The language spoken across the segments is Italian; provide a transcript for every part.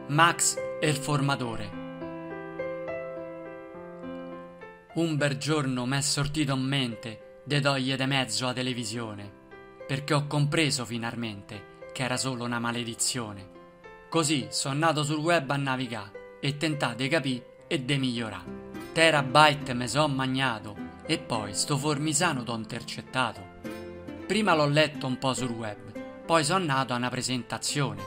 Max e il formatore. Un bel giorno m'è sortito in mente de toglie de mezzo a televisione, perché ho compreso finalmente che era solo una maledizione. Così sono nato sul web a navigare e tentare di capire e de migliorare. Terabyte me son magnato e poi sto formisano t'ho intercettato. Prima l'ho letto un po' sul web, poi sono nato a una presentazione.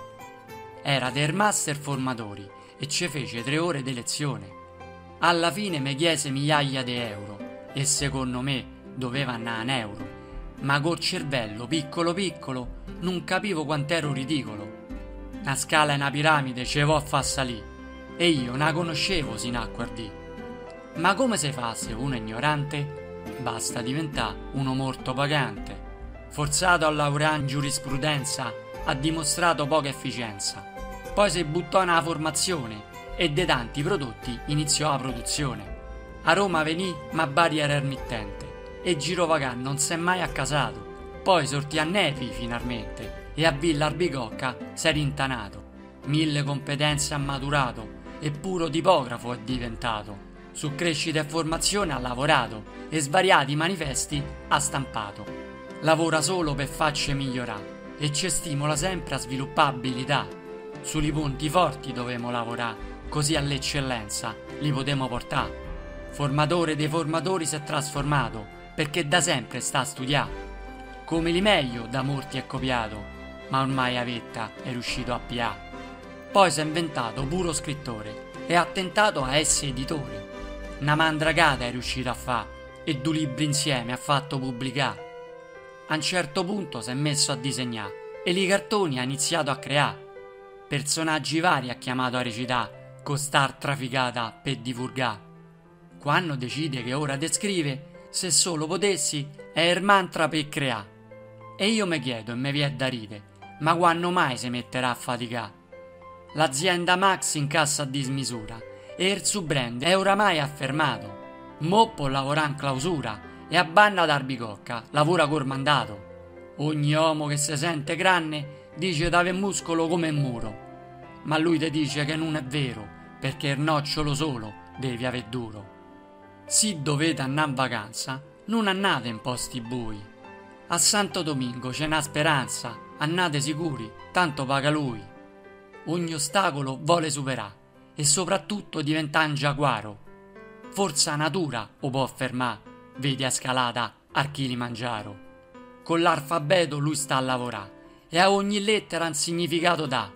Era del master formatori e ci fece 3 ore di lezione. Alla fine mi chiese migliaia di euro e secondo me doveva andare in euro, ma col cervello piccolo piccolo non capivo quant'ero ridicolo. Una scala e una piramide ce vo a fa salì e io non la conoscevo sino a guardì. Ma come si fa se uno è ignorante? Basta diventare uno molto pagante. Forzato a laureare in giurisprudenza ha dimostrato poca efficienza. Poi si buttò nella formazione e dei tanti prodotti iniziò la produzione. A Roma venì ma Bari era il mittente e girovagà non s'è mai accasato. Poi sortì a Nepi finalmente e a Villa Arbicocca s'è rintanato. 1000 competenze ha maturato e puro tipografo è diventato. Su crescita e formazione ha lavorato e svariati manifesti ha stampato. Lavora solo per farci migliorare e ci stimola sempre a sviluppare abilità. Sui punti forti dovemo lavorare, così all'eccellenza li potremo portare. Formatore dei formatori si è trasformato, perché da sempre sta a studiare. Come li meglio da molti è copiato, ma ormai Avetta è riuscito a pià. Poi si è inventato puro scrittore e ha tentato a essere editore. Una mandragata è riuscito a fare e 2 libri insieme ha fatto pubblicare. A un certo punto si è messo a disegnare e i cartoni ha iniziato a creare. Personaggi vari ha chiamato a recitare, con star traficata per divulgare. Quando decide che ora te scrive, se solo potessi, è il mantra per creare. E io mi chiedo e mi viene da ride, ma quando mai si metterà a faticare? L'azienda Max incassa a dismisura e il suo brand è oramai affermato. Mo può lavorare in clausura e a Banna d'Arbicocca lavora col mandato. Ogni uomo che si sente grande dice d'ave muscolo come un muro, ma lui te dice che non è vero, perché il nocciolo solo devi aver duro. Se dovete andare in vacanza, non andate in posti bui. A Santo Domingo c'è una speranza, andate sicuri, tanto paga lui. Ogni ostacolo vuole superare e soprattutto diventa un giaguaro. Forza natura o può fermare, vedi a scalata al Kilimangiaro. Con l'alfabeto lui sta a lavorare e a ogni lettera un significato dà.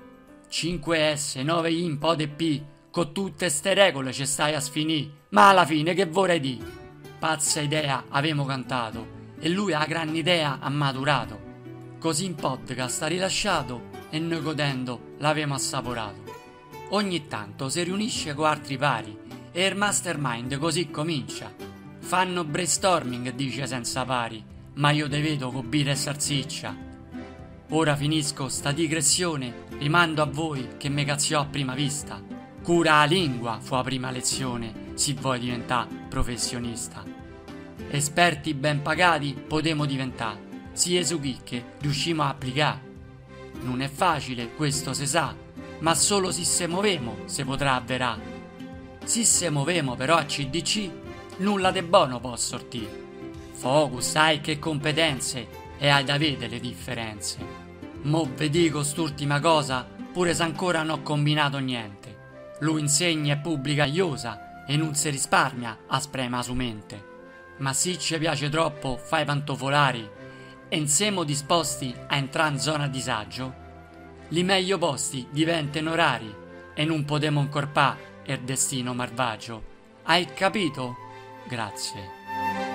5S, 9 I, un po' di P, con tutte ste regole ci stai a sfinì, ma alla fine che vorrei dire? Pazza idea avemo cantato e lui ha grande idea ha maturato. Così in podcast ha rilasciato e noi godendo l'avemo assaporato. Ogni tanto si riunisce con altri pari e il mastermind così comincia. Fanno brainstorming, dice senza pari, ma io te vedo con birra e salsiccia. Ora finisco sta digressione, rimando a voi che me cazziò a prima vista. Cura la lingua fu la prima lezione, se vuoi diventare professionista. Esperti ben pagati potemo diventare, sia su chicche riuscimo a applicare. Non è facile, questo se sa, ma solo se se movemo se potrà avverà. Se se movemo però a CDC, nulla de buono può sortire. Focus, sai che competenze e hai da vedere le differenze. Mo ve dico st'ultima cosa, pure se ancora non ho combinato niente. Lui insegna e pubblica iosa e non si risparmia a sprema su mente. Ma se ci piace troppo fai pantofolari e non siamo disposti a entrare in zona a disagio, li meglio posti diventano rari e non potremo incorpare il destino malvagio. Hai capito? Grazie.